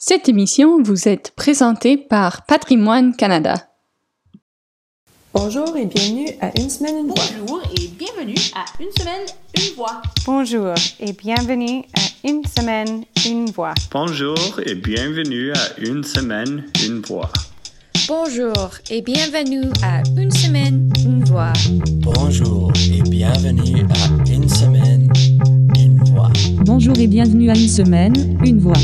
Cette émission vous est présentée par Patrimoine Canada. Bonjour et bienvenue à Une semaine, une voix. Bonjour et bienvenue à Une semaine, une voix. Bonjour et bienvenue à Une semaine, une voix. Bonjour et bienvenue à Une semaine, une voix. Bonjour et bienvenue à Une semaine, une voix. Bonjour et bienvenue à Une semaine, une voix. Bonjour et bienvenue à Une semaine, une voix.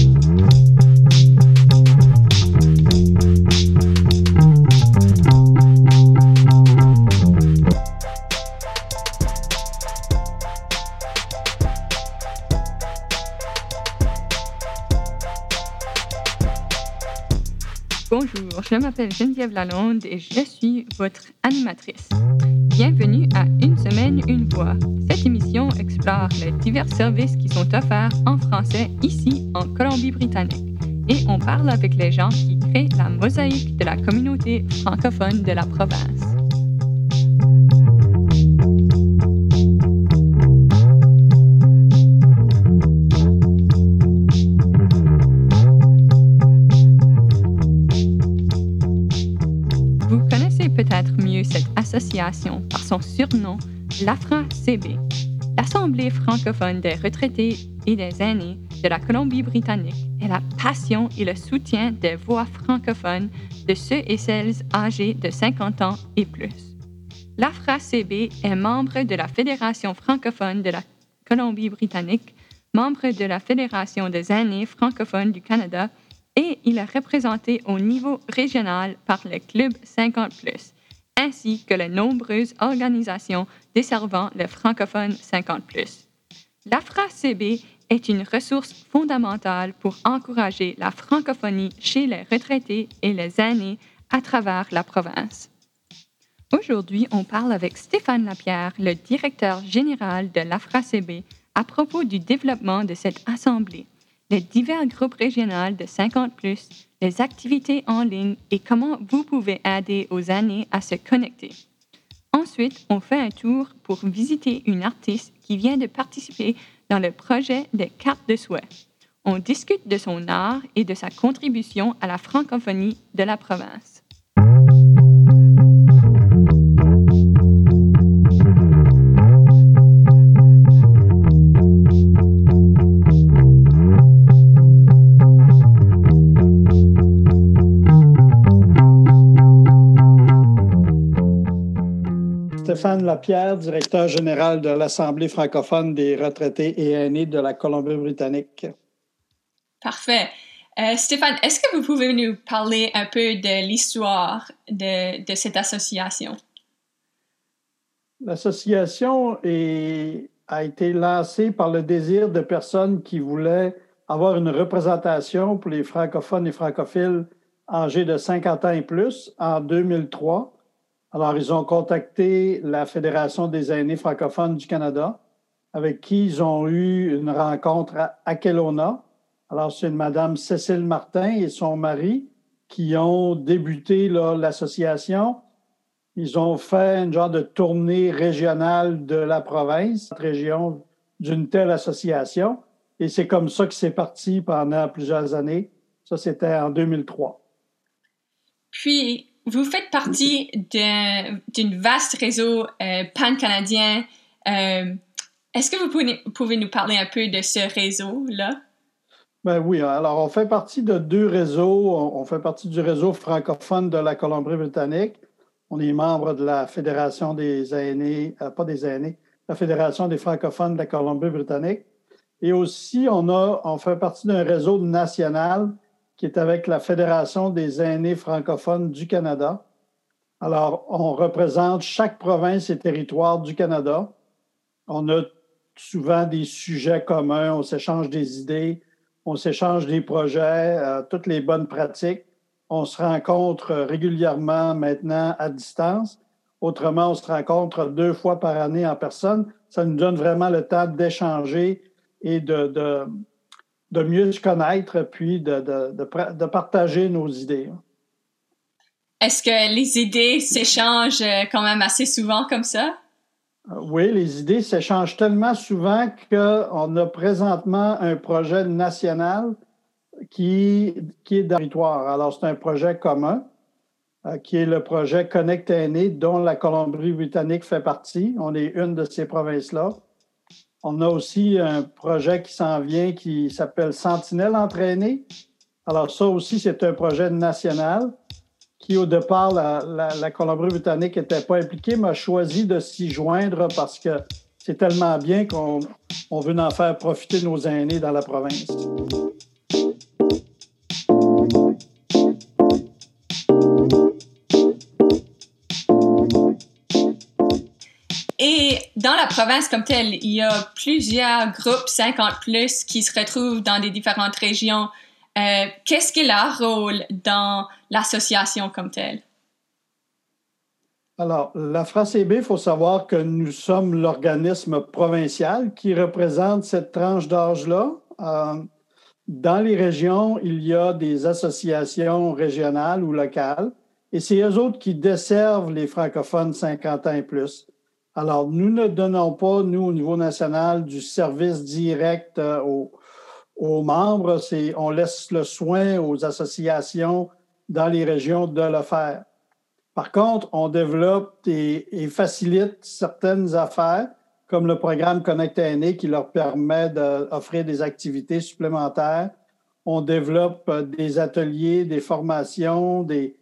Bonjour, je m'appelle Geneviève Lalonde et je suis votre animatrice. Bienvenue à Une semaine, une voix. Cette émission explore les divers services qui sont offerts en français ici en Colombie-Britannique. Et on parle avec les gens qui créent la mosaïque de la communauté francophone de la province. Vous connaissez peut-être mieux cette association par son surnom, l'AFRA-CB, l'Assemblée francophone des retraités et des aînés de la Colombie-Britannique est la passion et le soutien des voix francophones de ceux et celles âgés de 50 ans et plus. L'AFRA-CB est membre de la Fédération francophone de la Colombie-Britannique, membre de la Fédération des aînés francophones du Canada et il est représenté au niveau régional par le Club 50+, ainsi que les nombreuses organisations desservant les francophones 50+. L'AFRA-CB est une ressource fondamentale pour encourager la francophonie chez les retraités et les aînés à travers la province. Aujourd'hui, on parle avec Stéphane Lapierre, le directeur général de l'AFRA-CB, à propos du développement de cette assemblée, les divers groupes régionaux de 50+, les activités en ligne et comment vous pouvez aider aux aînés à se connecter. Ensuite, on fait un tour pour visiter une artiste qui vient de participer dans le projet des cartes de souhait. On discute de son art et de sa contribution à la francophonie de la province. Stéphane Lapierre, directeur général de l'Assemblée francophone des retraités et aînés de la Colombie-Britannique. Parfait. Stéphane, est-ce que vous pouvez nous parler un peu de l'histoire de cette association? L'association a été lancée par le désir de personnes qui voulaient avoir une représentation pour les francophones et francophiles âgés de 50 ans et plus en 2003. Alors, ils ont contacté la Fédération des aînés francophones du Canada, avec qui ils ont eu une rencontre à Kelowna. Alors, c'est une Madame Cécile Martin et son mari qui ont débuté l'association. Ils ont fait un genre de tournée régionale de la province, région d'une telle association. Et c'est comme ça que c'est parti pendant plusieurs années. Ça, c'était en 2003. Puis, vous faites partie d'un vaste réseau pan-canadien. Est-ce que vous pouvez nous parler un peu de ce réseau-là? Ben oui, alors on fait partie de deux réseaux. On fait partie du réseau francophone de la Colombie-Britannique. On est membre de la Fédération des aînés, pas des aînés, la Fédération des francophones de la Colombie-Britannique. Et aussi, on fait partie d'un réseau national qui est avec la Fédération des aînés francophones du Canada. Alors, on représente chaque province et territoire du Canada. On a souvent des sujets communs, on s'échange des idées, on s'échange des projets, toutes les bonnes pratiques. On se rencontre régulièrement maintenant à distance. Autrement, on se rencontre 2 fois par année en personne. Ça nous donne vraiment le temps d'échanger et de mieux se connaître, puis de partager nos idées. Est-ce que les idées s'échangent quand même assez souvent comme ça? Oui, les idées s'échangent tellement souvent qu'on a présentement un projet national qui est dans le territoire. Alors, c'est un projet commun qui est le projet Connect Aînés, dont la Colombie-Britannique fait partie. On est une de ces provinces-là. On a aussi un projet qui s'en vient qui s'appelle Sentinelle entre aînés. Alors, ça aussi, c'est un projet national qui, au départ, la Colombie-Britannique n'était pas impliquée, mais a choisi de s'y joindre parce que c'est tellement bien qu'on veut en faire profiter nos aînés dans la province. Et dans la province comme telle, il y a plusieurs groupes 50+, qui se retrouvent dans des différentes régions. Qu'est-ce qu'est leur rôle dans l'association comme telle? Alors, la FRACB, il faut savoir que nous sommes l'organisme provincial qui représente cette tranche d'âge-là. Dans les régions, il y a des associations régionales ou locales et c'est eux autres qui desservent les francophones 50 ans et plus. Alors, nous ne donnons pas, nous, au niveau national, du service direct aux membres. On laisse le soin aux associations dans les régions de le faire. Par contre, on développe et facilite certaines affaires, comme le programme Connect Aînés qui leur permet d'offrir des activités supplémentaires. On développe des ateliers, des formations, des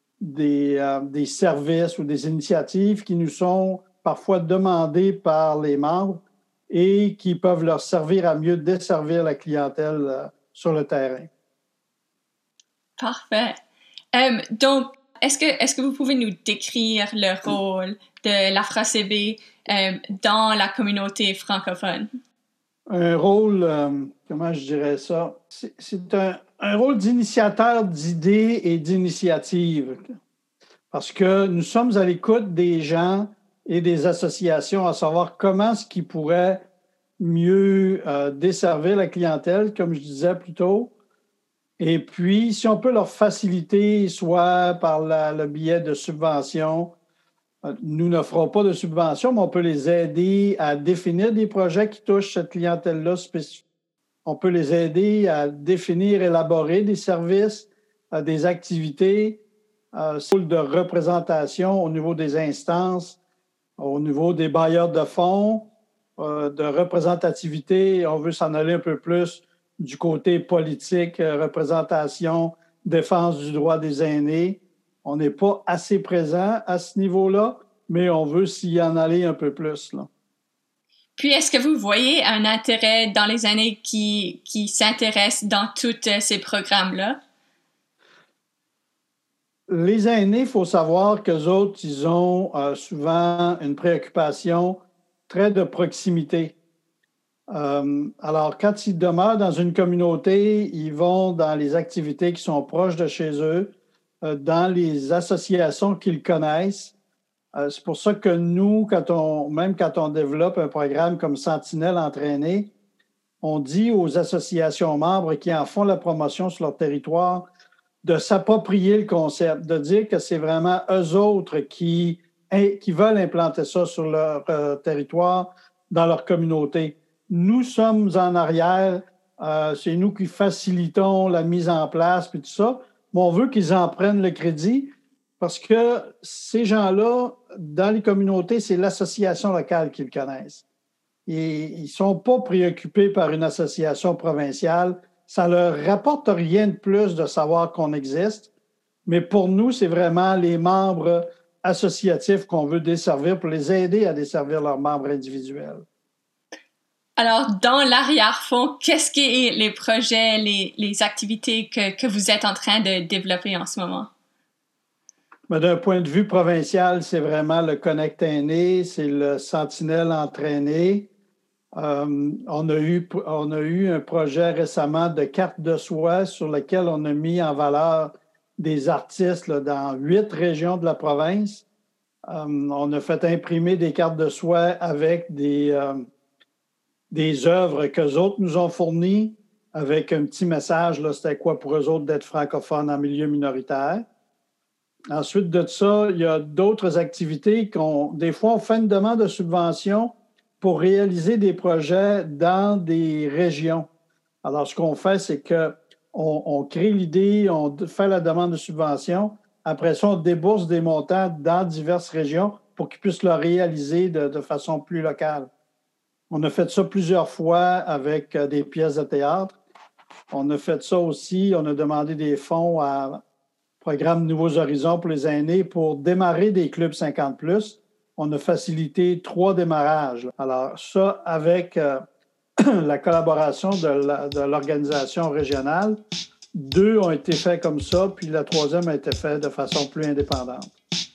services ou des initiatives qui nous sont parfois demandés par les membres et qui peuvent leur servir à mieux desservir la clientèle sur le terrain. Parfait. Donc, est-ce que vous pouvez nous décrire le rôle de la FRACB dans la communauté francophone? Un rôle, comment je dirais ça? C'est un rôle d'initiateur d'idées et d'initiatives. Parce que nous sommes à l'écoute des gens et des associations à savoir comment est-ce qu'ils pourraient mieux desservir la clientèle, comme je disais plus tôt. Et puis, si on peut leur faciliter, soit par le biais de subventions, nous n'offrons pas de subventions, mais on peut les aider à définir des projets qui touchent cette clientèle-là spécifique. On peut les aider à définir, élaborer des services, des activités, de représentation au niveau des instances, au niveau des bailleurs de fonds, de représentativité. On veut s'en aller un peu plus du côté politique, représentation, défense du droit des aînés. On n'est pas assez présent à ce niveau-là, mais on veut s'y en aller un peu plus, là. Puis, est-ce que vous voyez un intérêt dans les aînés qui s'intéressent dans tous ces programmes-là? Les aînés, il faut savoir qu'eux autres, ils ont souvent une préoccupation très de proximité. Alors, quand ils demeurent dans une communauté, ils vont dans les activités qui sont proches de chez eux, dans les associations qu'ils connaissent. C'est pour ça que nous, même quand on développe un programme comme Sentinelle entre aînés, on dit aux associations membres qui en font la promotion sur leur territoire de s'approprier le concept, de dire que c'est vraiment eux autres qui veulent implanter ça sur leur territoire, dans leur communauté. Nous sommes en arrière, c'est nous qui facilitons la mise en place puis tout ça, mais on veut qu'ils en prennent le crédit parce que ces gens-là, dans les communautés, c'est l'association locale qu'ils connaissent. Et ils ne sont pas préoccupés par une association provinciale. Ça ne leur rapporte rien de plus de savoir qu'on existe, mais pour nous, c'est vraiment les membres associatifs qu'on veut desservir pour les aider à desservir leurs membres individuels. Alors, dans l'arrière-fond, qu'est-ce qui est les projets, les activités que vous êtes en train de développer en ce moment? Mais d'un point de vue provincial, c'est vraiment le Connect Aînés, c'est le Sentinelle entre aînés. On a eu un projet récemment de carte de soie sur lequel on a mis en valeur des artistes là, dans 8 régions de la province. On a fait imprimer des cartes de soie avec des œuvres qu'eux autres nous ont fournies avec un petit message, là, c'était quoi pour eux autres d'être francophones en milieu minoritaire. Ensuite de ça, il y a d'autres activités des fois, on fait une demande de subvention pour réaliser des projets dans des régions. Alors, ce qu'on fait, c'est que on crée l'idée, on fait la demande de subvention. Après ça, on débourse des montants dans diverses régions pour qu'ils puissent le réaliser de façon plus locale. On a fait ça plusieurs fois avec des pièces de théâtre. On a fait ça aussi, on a demandé des fonds à programme Nouveaux Horizons pour les aînés pour démarrer des clubs 50+. On a facilité 3 démarrages. Alors ça, avec la collaboration de l'organisation régionale, 2 ont été faits comme ça, puis la 3e a été faite de façon plus indépendante.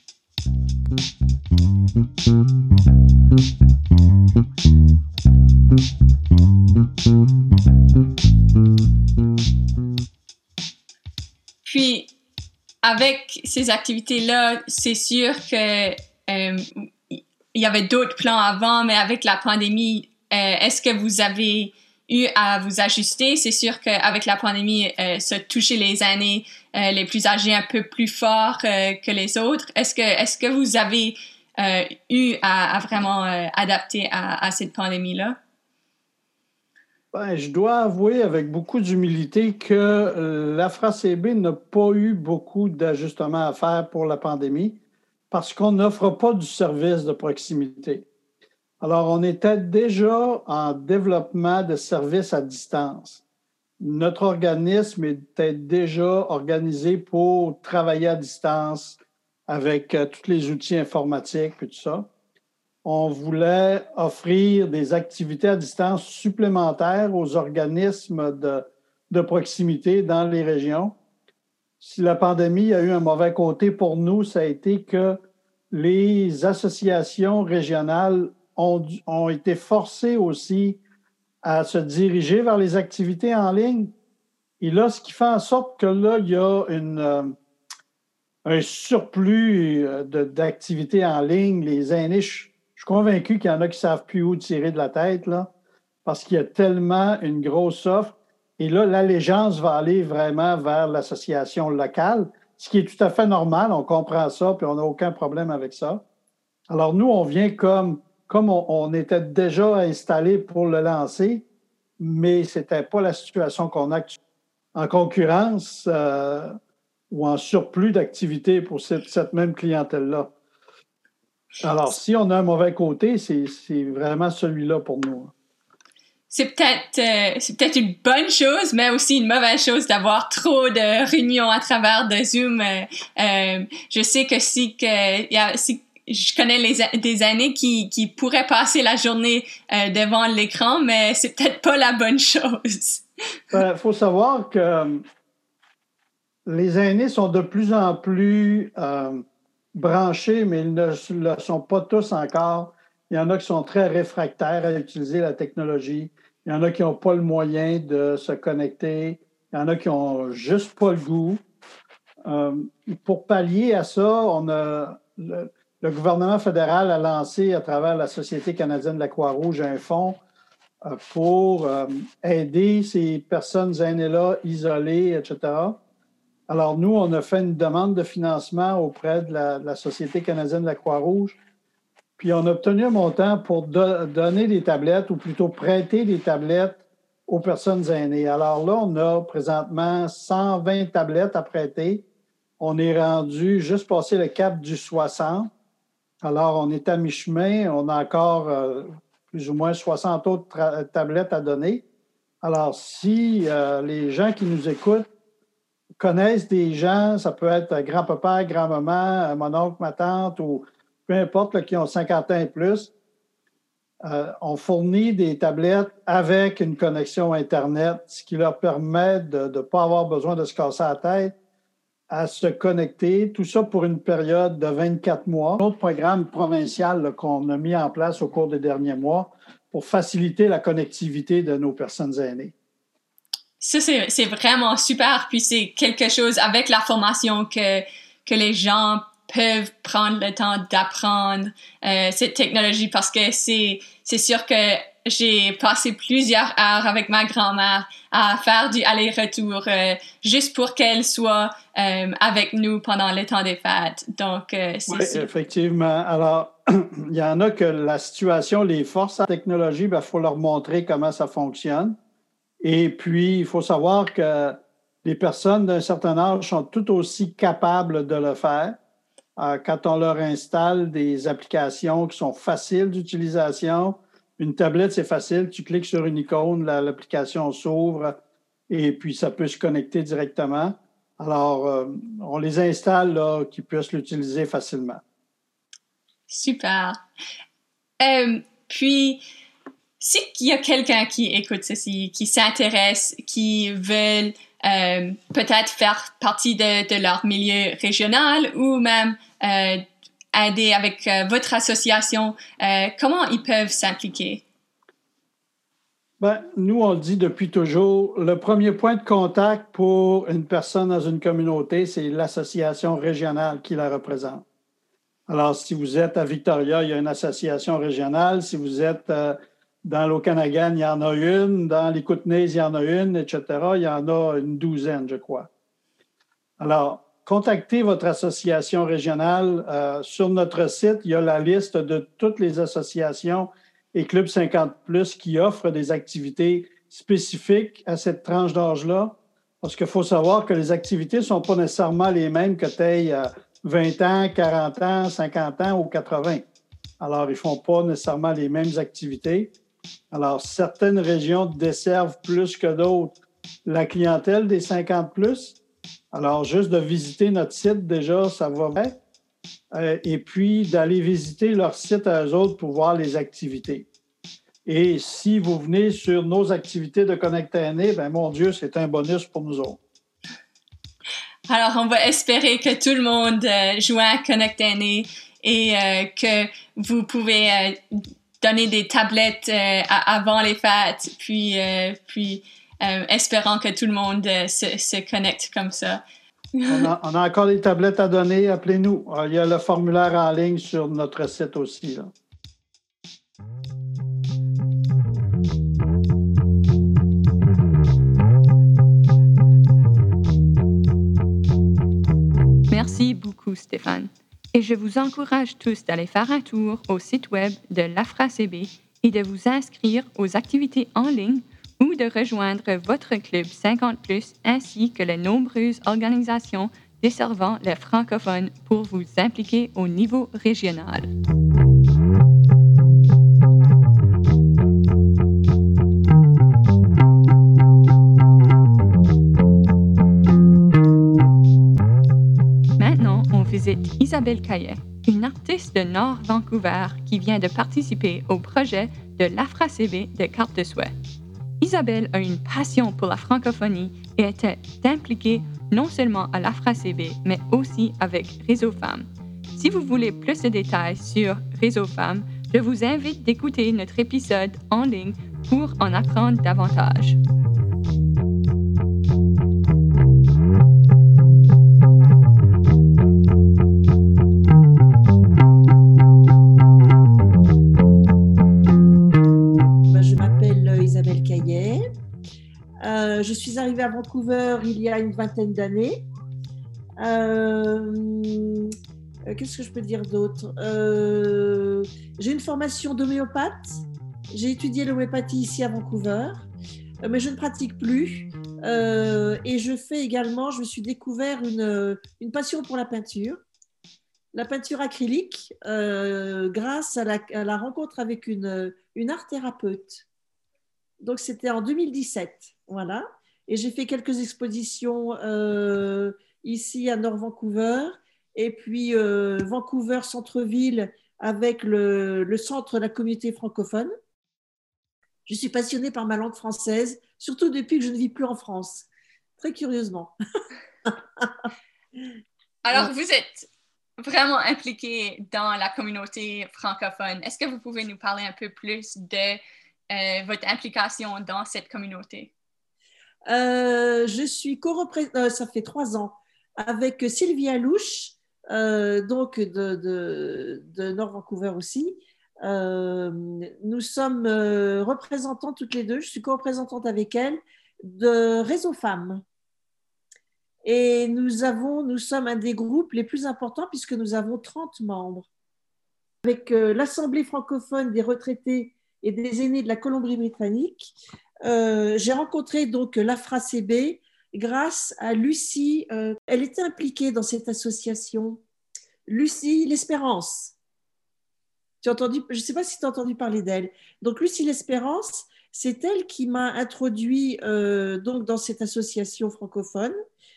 Puis, avec ces activités-là, c'est sûr que il y avait d'autres plans avant, mais avec la pandémie, est-ce que vous avez eu à vous ajuster? C'est sûr qu'avec la pandémie, ça a touché les aînés les plus âgés un peu plus fort que les autres. Est-ce que vous avez eu à vraiment adapter à cette pandémie-là? Ben, je dois avouer avec beaucoup d'humilité que l'AFRA-CB n'a pas eu beaucoup d'ajustements à faire pour la pandémie parce qu'on n'offre pas du service de proximité. Alors, on était déjà en développement de services à distance. Notre organisme était déjà organisé pour travailler à distance avec tous les outils informatiques et tout ça. On voulait offrir des activités à distance supplémentaires aux organismes de proximité dans les régions. Si la pandémie a eu un mauvais côté pour nous, ça a été que les associations régionales ont été forcées aussi à se diriger vers les activités en ligne. Et là, ce qui fait en sorte que là, il y a un surplus d'activités en ligne. Les aînés, je suis convaincu qu'il y en a qui ne savent plus où tirer de la tête, là, parce qu'il y a tellement une grosse offre. Et là, l'allégeance va aller vraiment vers l'association locale, ce qui est tout à fait normal. On comprend ça, puis on n'a aucun problème avec ça. Alors, nous, on vient comme on était déjà installé pour le lancer, mais ce n'était pas la situation qu'on a en concurrence ou en surplus d'activité pour cette même clientèle-là. Alors, si on a un mauvais côté, c'est vraiment celui-là pour nous. C'est peut-être une bonne chose, mais aussi une mauvaise chose d'avoir trop de réunions à travers de Zoom. Je sais que si je connais des aînés qui pourraient passer la journée devant l'écran, mais c'est peut-être pas la bonne chose. Il faut savoir que les aînés sont de plus en plus branchés, mais ils ne le sont pas tous encore. Il y en a qui sont très réfractaires à utiliser la technologie. Il y en a qui n'ont pas le moyen de se connecter. Il y en a qui n'ont juste pas le goût. Pour pallier à ça, le gouvernement fédéral a lancé à travers la Société canadienne de la Croix-Rouge un fonds pour aider ces personnes aînées-là, isolées, etc. Alors, nous, on a fait une demande de financement auprès de la Société canadienne de la Croix-Rouge, puis on a obtenu un montant pour donner des tablettes, ou plutôt prêter des tablettes aux personnes aînées. Alors là, on a présentement 120 tablettes à prêter. On est rendu juste passé le cap du 60. Alors, on est à mi-chemin. On a encore plus ou moins 60 autres tablettes à donner. Alors, si les gens qui nous écoutent connaissent des gens, ça peut être grand-papa, grand-maman, mon oncle, ma tante, ou peu importe, là, qui ont 50 ans et plus, on fournit des tablettes avec une connexion Internet, ce qui leur permet de ne pas avoir besoin de se casser la tête, à se connecter, tout ça pour une période de 24 mois. Un autre programme provincial là, qu'on a mis en place au cours des derniers mois pour faciliter la connectivité de nos personnes aînées. Ça, c'est vraiment super. Puis c'est quelque chose avec la formation que les gens peuvent prendre le temps d'apprendre cette technologie, parce que c'est sûr que j'ai passé plusieurs heures avec ma grand-mère à faire du aller-retour juste pour qu'elle soit avec nous pendant le temps des fêtes. Donc, c'est sûr. Effectivement. Alors, il y en a que la situation les force à la technologie, il faut leur montrer comment ça fonctionne. Et puis, il faut savoir que les personnes d'un certain âge sont tout aussi capables de le faire. Quand on leur installe des applications qui sont faciles d'utilisation, une tablette, c'est facile, tu cliques sur une icône, l'application s'ouvre et puis ça peut se connecter directement. Alors, on les installe là, qu'ils puissent l'utiliser facilement. Super. Puis, s'il y a quelqu'un qui écoute ceci, qui s'intéresse, qui veut peut-être faire partie de leur milieu régional ou même aider avec votre association, comment ils peuvent s'impliquer? Ben, nous, on le dit depuis toujours, le premier point de contact pour une personne dans une communauté, c'est l'association régionale qui la représente. Alors, si vous êtes à Victoria, il y a une association régionale. Si vous êtes dans l'Okanagan, il y en a une. Dans les Kootenays, il y en a une, etc. Il y en a une douzaine, je crois. Alors, contactez votre association régionale. Sur notre site, il y a la liste de toutes les associations et Club 50+ qui offrent des activités spécifiques à cette tranche d'âge-là. Parce qu'il faut savoir que les activités ne sont pas nécessairement les mêmes que tu aies 20 ans, 40 ans, 50 ans ou 80. Alors, ils ne font pas nécessairement les mêmes activités. Alors, certaines régions desservent plus que d'autres la clientèle des 50+. Alors, juste de visiter notre site, déjà, ça va bien. Et puis, d'aller visiter leur site à eux autres pour voir les activités. Et si vous venez sur nos activités de Connect Aînés, bien, mon Dieu, c'est un bonus pour nous autres. Alors, on va espérer que tout le monde joint à Connect Aînés et que vous pouvez donner des tablettes avant les fêtes, puis espérant que tout le monde se connecte comme ça. On a encore des tablettes à donner, appelez-nous. Il y a le formulaire en ligne sur notre site aussi, là. Merci beaucoup, Stéphane. Et je vous encourage tous d'aller faire un tour au site web de l'AFRA-CB et de vous inscrire aux activités en ligne ou de rejoindre votre club 50+ ainsi que les nombreuses organisations desservant les francophones pour vous impliquer au niveau régional. Maintenant, on visite Isabelle Caillet, une artiste de Nord Vancouver qui vient de participer au projet de l'AFRA-CB de Cartes de souhait. Isabelle a une passion pour la francophonie et était impliquée non seulement à l'AFRA-CB, mais aussi avec Réseau Femmes. Si vous voulez plus de détails sur Réseau Femmes, je vous invite d'écouter notre épisode en ligne pour en apprendre davantage. Je suis arrivée à Vancouver il y a une vingtaine d'années. Qu'est-ce que je peux dire d'autre? J'ai une formation d'homéopathe. J'ai étudié l'homéopathie ici à Vancouver, mais je ne pratique plus. Et je me suis découvert une passion pour la peinture acrylique, grâce à la rencontre avec une art thérapeute. Donc, c'était en 2017, voilà. Et j'ai fait quelques expositions ici à Nord Vancouver, et puis Vancouver centre-ville avec le centre de la communauté francophone. Je suis passionnée par ma langue française, surtout depuis que je ne vis plus en France, très curieusement. Alors, vous êtes vraiment impliqué dans la communauté francophone. Est-ce que vous pouvez nous parler un peu plus de votre implication dans cette communauté? Je suis ça fait 3 ans, avec Sylvie Alouche, donc de Nord Vancouver aussi. Nous sommes représentantes toutes les deux, je suis co-représentante avec elle, de Réseau Femmes. Et nous sommes un des groupes les plus importants puisque nous avons 30 membres. Avec l'Assemblée francophone des retraités et des aînés de la Colombie-Britannique, j'ai rencontré donc l'AFRA-CB grâce à Lucie. Elle était impliquée dans cette association. Lucie L'Espérance. Je ne sais pas si tu as entendu parler d'elle. Donc, Lucie L'Espérance, c'est elle qui m'a introduit donc dans cette association francophone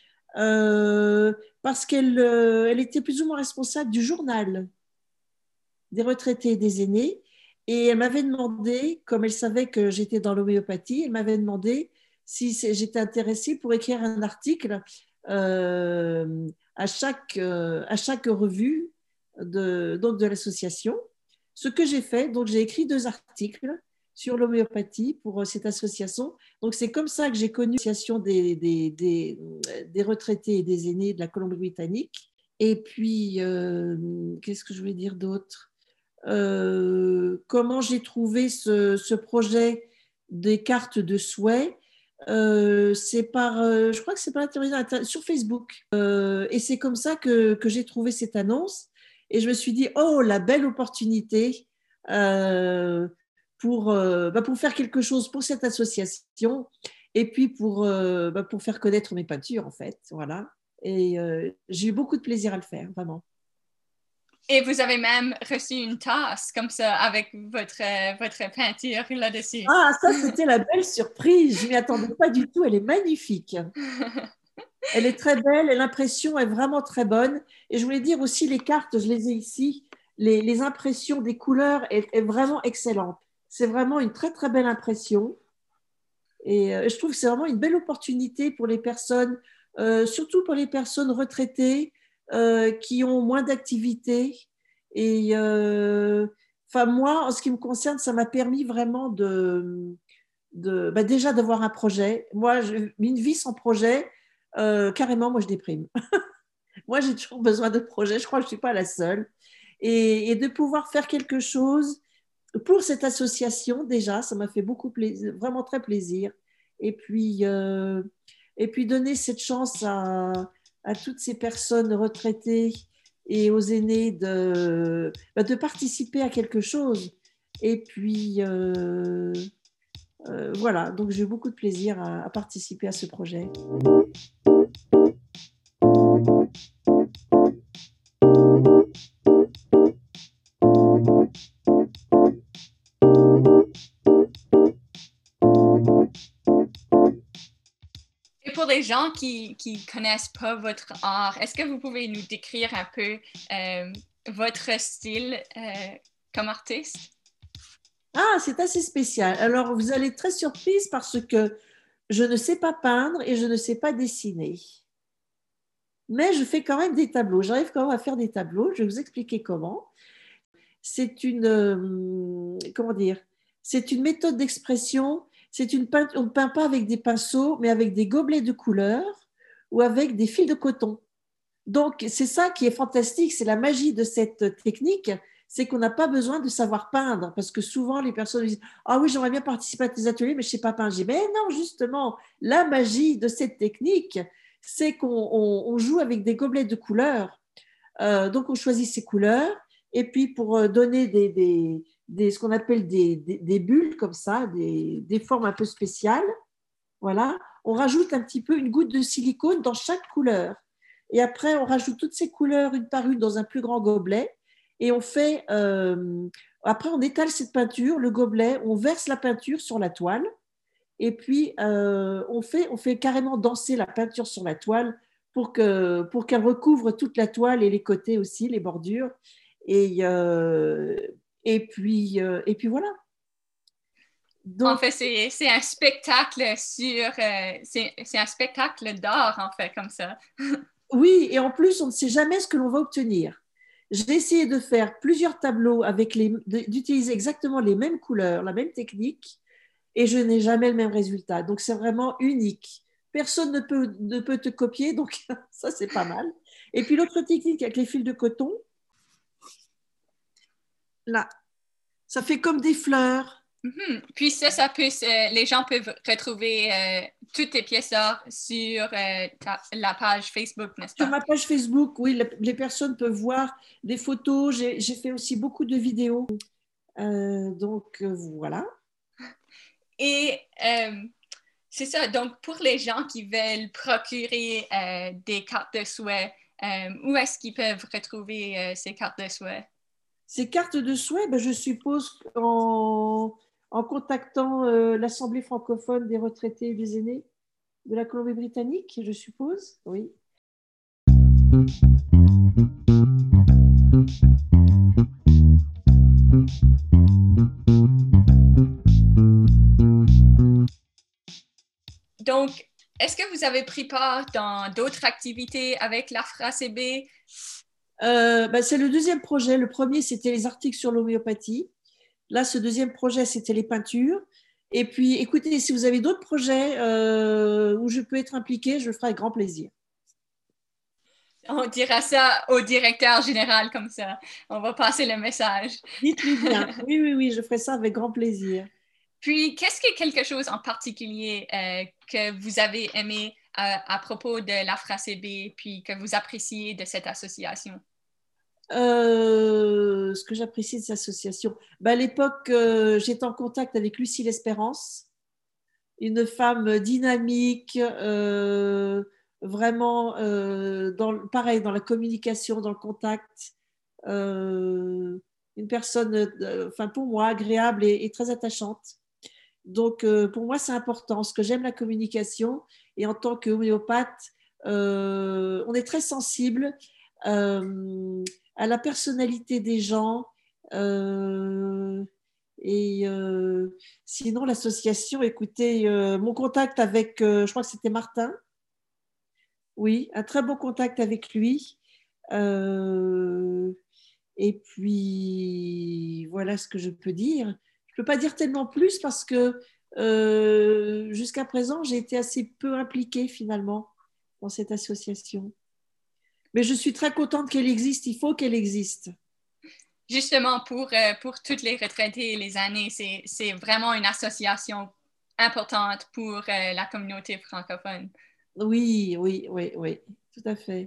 parce qu'elle était plus ou moins responsable du journal des retraités et des aînés. Et elle m'avait demandé, comme elle savait que j'étais dans l'homéopathie, elle m'avait demandé si j'étais intéressée pour écrire un article à chaque revue donc de l'association. Ce que j'ai fait, donc j'ai écrit 2 articles sur l'homéopathie pour cette association. Donc c'est comme ça que j'ai connu l'association des retraités et des aînés de la Colombie-Britannique. Et puis, qu'est-ce que je voulais dire d'autre ? Comment j'ai trouvé ce projet des cartes de souhait. C'est par, je crois que c'est par l'intermédiaire sur Facebook. Et c'est comme ça que j'ai trouvé cette annonce. Et je me suis dit, oh, la belle opportunité pour faire quelque chose pour cette association et puis pour faire connaître mes peintures, en fait. Voilà. Et j'ai eu beaucoup de plaisir à le faire, vraiment. Et vous avez même reçu une tasse comme ça avec votre peinture là-dessus. Ah, ça, c'était la belle surprise. Je ne m'y attendais pas du tout. Elle est magnifique. Elle est très belle et l'impression est vraiment très bonne. Et je voulais dire aussi, les cartes, je les ai ici. Les impressions des couleurs est vraiment excellente. C'est vraiment une très, très belle impression. Et je trouve que c'est vraiment une belle opportunité pour les personnes, surtout pour les personnes retraitées, qui ont moins d'activités. Et moi, en ce qui me concerne, ça m'a permis vraiment déjà d'avoir un projet. Moi, une vie sans projet, carrément, moi, je déprime. Moi, j'ai toujours besoin de projets. Je crois que je ne suis pas la seule. Et de pouvoir faire quelque chose pour cette association, déjà, ça m'a fait beaucoup plaisir, vraiment très plaisir. Et puis donner cette chance à toutes ces personnes retraitées et aux aînés de participer à quelque chose. Et puis, voilà, donc j'ai eu beaucoup de plaisir à participer à ce projet. Pour les gens qui ne connaissent pas votre art, est-ce que vous pouvez nous décrire un peu votre style comme artiste? Ah, c'est assez spécial. Alors, vous allez être très surprise parce que je ne sais pas peindre et je ne sais pas dessiner. Mais je fais quand même des tableaux. J'arrive quand même à faire des tableaux. Je vais vous expliquer comment. C'est une, c'est une méthode d'expression. On ne peint pas avec des pinceaux, mais avec des gobelets de couleur ou avec des fils de coton. Donc, c'est ça qui est fantastique, c'est la magie de cette technique, c'est qu'on n'a pas besoin de savoir peindre, parce que souvent, les personnes disent « Ah oui, j'aimerais bien participer à tes ateliers, mais je ne sais pas peindre. » Je dis « Mais non, justement, la magie de cette technique, c'est qu'on joue avec des gobelets de couleur. Donc, on choisit ces couleurs, et puis pour donner ce qu'on appelle des bulles comme ça, des formes un peu spéciales. Voilà. On rajoute un petit peu une goutte de silicone dans chaque couleur. Et après, on rajoute toutes ces couleurs une par une dans un plus grand gobelet. Et on fait, après, on étale cette peinture, le gobelet, on verse la peinture sur la toile. Et puis, on fait carrément danser la peinture sur la toile pour qu'elle recouvre toute la toile et les côtés aussi, les bordures. Et puis voilà. Donc, en fait, c'est un spectacle c'est un spectacle d'art, en fait, comme ça. Oui, et en plus, on ne sait jamais ce que l'on va obtenir. J'ai essayé de faire plusieurs tableaux d'utiliser exactement les mêmes couleurs, la même technique, et je n'ai jamais le même résultat. Donc, c'est vraiment unique. Personne ne peut te copier, donc ça, c'est pas mal. Et puis, l'autre technique avec les fils de coton, là, ça fait comme des fleurs. Mm-hmm. Puis ça peut, les gens peuvent retrouver toutes tes pièces d'art sur la page Facebook, n'est-ce pas? Sur ma page Facebook, oui, les personnes peuvent voir des photos. J'ai fait aussi beaucoup de vidéos. Donc, voilà. Et C'est ça. Donc, pour les gens qui veulent procurer des cartes de souhait, où est-ce qu'ils peuvent retrouver ces cartes de souhait? Ces cartes de souhait, je suppose en contactant l'Assemblée francophone des retraités et des aînés de la Colombie-Britannique, je suppose, oui. Donc, est-ce que vous avez pris part dans d'autres activités avec l'AFRA-CB? C'est le deuxième projet. Le premier, c'était les articles sur l'homéopathie. Là, ce deuxième projet, c'était les peintures. Et puis, écoutez, si vous avez d'autres projets où je peux être impliquée, je le ferai avec grand plaisir. On dira ça au directeur général comme ça. On va passer le message. Dites-lui bien. Oui, je ferai ça avec grand plaisir. Puis, qu'est-ce que quelque chose en particulier que vous avez aimé à propos de l'AFRA-CB, puis que vous appréciez de cette association? Ce que j'apprécie de cette association, à l'époque, j'étais en contact avec Lucie L'Espérance, une femme dynamique, vraiment, pareil, dans la communication, dans le contact, une personne, pour moi, agréable et très attachante. Donc, pour moi, c'est important, parce que j'aime la communication, et en tant qu'homéopathe, on est très sensible à la personnalité des gens, sinon l'association, écoutez, mon contact avec, je crois que c'était Martin, oui, un très bon contact avec lui, et puis voilà ce que je peux dire. Je ne peux pas dire tellement plus parce que jusqu'à présent, j'ai été assez peu impliquée finalement dans cette association. Mais je suis très contente qu'elle existe, il faut qu'elle existe. Justement, pour toutes les retraités et les aînés, c'est vraiment une association importante pour la communauté francophone. Oui, tout à fait.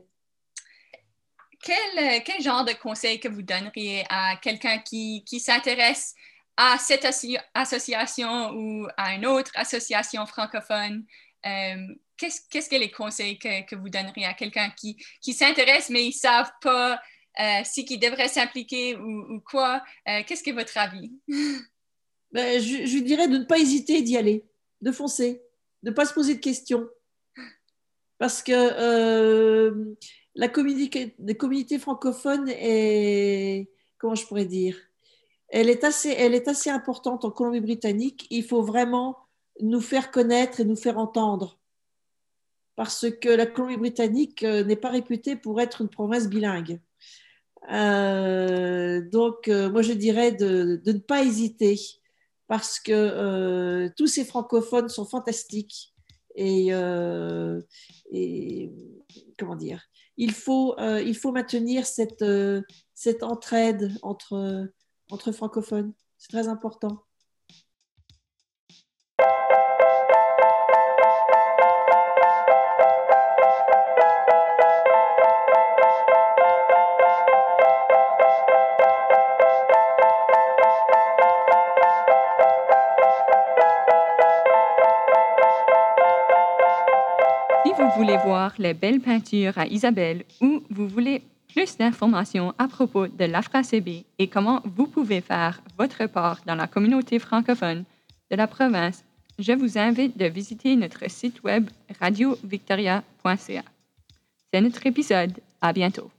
Quel genre de conseil que vous donneriez à quelqu'un qui s'intéresse à cette association ou à une autre association francophone? Qu'est-ce que les conseils que vous donneriez à quelqu'un qui s'intéresse, mais ils ne savent pas si qu'ils devraient s'impliquer ou quoi? Qu'est-ce que votre avis? Je dirais de ne pas hésiter d'y aller, de foncer, de ne pas se poser de questions. Parce que la communauté francophone est, comment je pourrais dire, elle est assez importante en Colombie-Britannique. Il faut vraiment nous faire connaître et nous faire entendre. Parce que la Colombie-Britannique n'est pas réputée pour être une province bilingue. Donc, moi, je dirais de ne pas hésiter parce que tous ces francophones sont fantastiques. Et comment dire, il faut maintenir cette entraide entre francophones. C'est très important. Si vous voulez voir les belles peintures à Isabelle ou vous voulez plus d'informations à propos de l'AFRA-CB et comment vous pouvez faire votre part dans la communauté francophone de la province, je vous invite de visiter notre site web radiovictoria.ca. C'est notre épisode. À bientôt.